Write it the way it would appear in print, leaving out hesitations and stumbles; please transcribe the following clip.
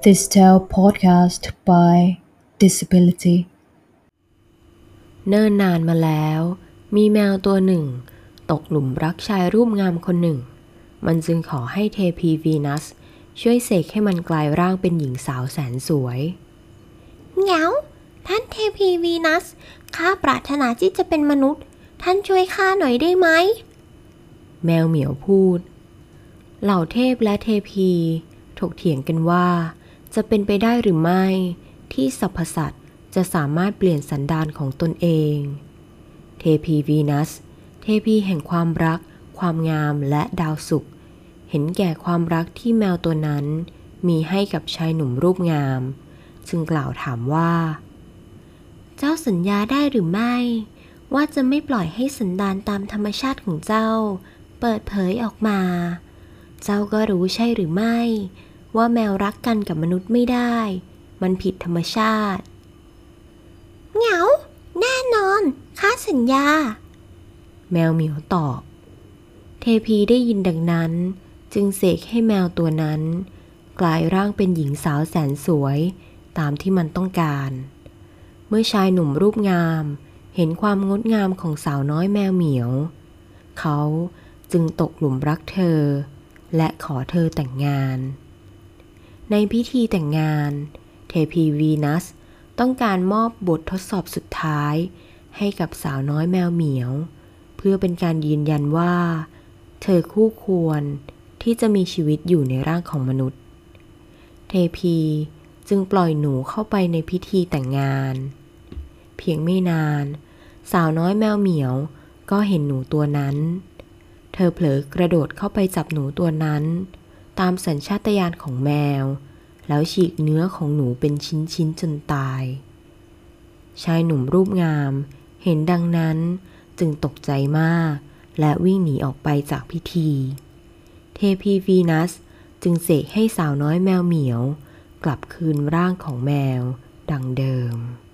Distal Podcast by Disability เนิ่นนานมาแล้วมีแมวตัวหนึ่งตกหลุมรักชายรูปงามคนหนึ่งมันจึงขอให้เทพีวีนัสช่วยเสกให้มันกลายร่างเป็นหญิงสาวแสนสวยเหงาท่านเทพีวีนัสข้าปรารถนาที่จะเป็นมนุษย์ท่านช่วยข้าหน่อยได้ไหมแมวเหมียวพูดเหล่าเทพและเทพีถกเถียงกันว่าจะเป็นไปได้หรือไม่ที่สรรพสัตว์จะสามารถเปลี่ยนสันดานของตนเองเทพีวีนัสเทพีแห่งความรักความงามและดาวศุกร์เห็นแก่ความรักที่แมวตัวนั้นมีให้กับชายหนุ่มรูปงามจึงกล่าวถามว่าเจ้าสัญญาได้หรือไม่ว่าจะไม่ปล่อยให้สันดานตามธรรมชาติของเจ้าเปิดเผยออกมาเจ้าก็รู้ใช่หรือไม่ว่าแมวรักกันกับมนุษย์ไม่ได้มันผิดธรรมชาติเหงาแน่นอนข้าสัญญาแมวเหมียวตอบเทพีได้ยินดังนั้นจึงเสกให้แมวตัวนั้นกลายร่างเป็นหญิงสาวแสนสวยตามที่มันต้องการเมื่อชายหนุ่มรูปงามเห็นความงดงามของสาวน้อยแมวเหมียวเขาจึงตกหลุมรักเธอและขอเธอแต่งงานในพิธีแต่งงานเทพีวีนัสต้องการมอบบททดสอบสุดท้ายให้กับสาวน้อยแมวเหมียวเพื่อเป็นการยืนยันว่าเธอคู่ควรที่จะมีชีวิตอยู่ในร่างของมนุษย์เทพีจึงปล่อยหนูเข้าไปในพิธีแต่งงานเพียงไม่นานสาวน้อยแมวเหมียวก็เห็นหนูตัวนั้นเธอเผลอกระโดดเข้าไปจับหนูตัวนั้นตามสัญชาตญาณของแมวแล้วฉีกเนื้อของหนูเป็นชิ้นๆจนตายชายหนุ่มรูปงามเห็นดังนั้นจึงตกใจมากและวิ่งหนีออกไปจากพิธีเทพีวีนัสจึงเสกให้สาวน้อยแมวเหมียวกลับคืนร่างของแมวดังเดิม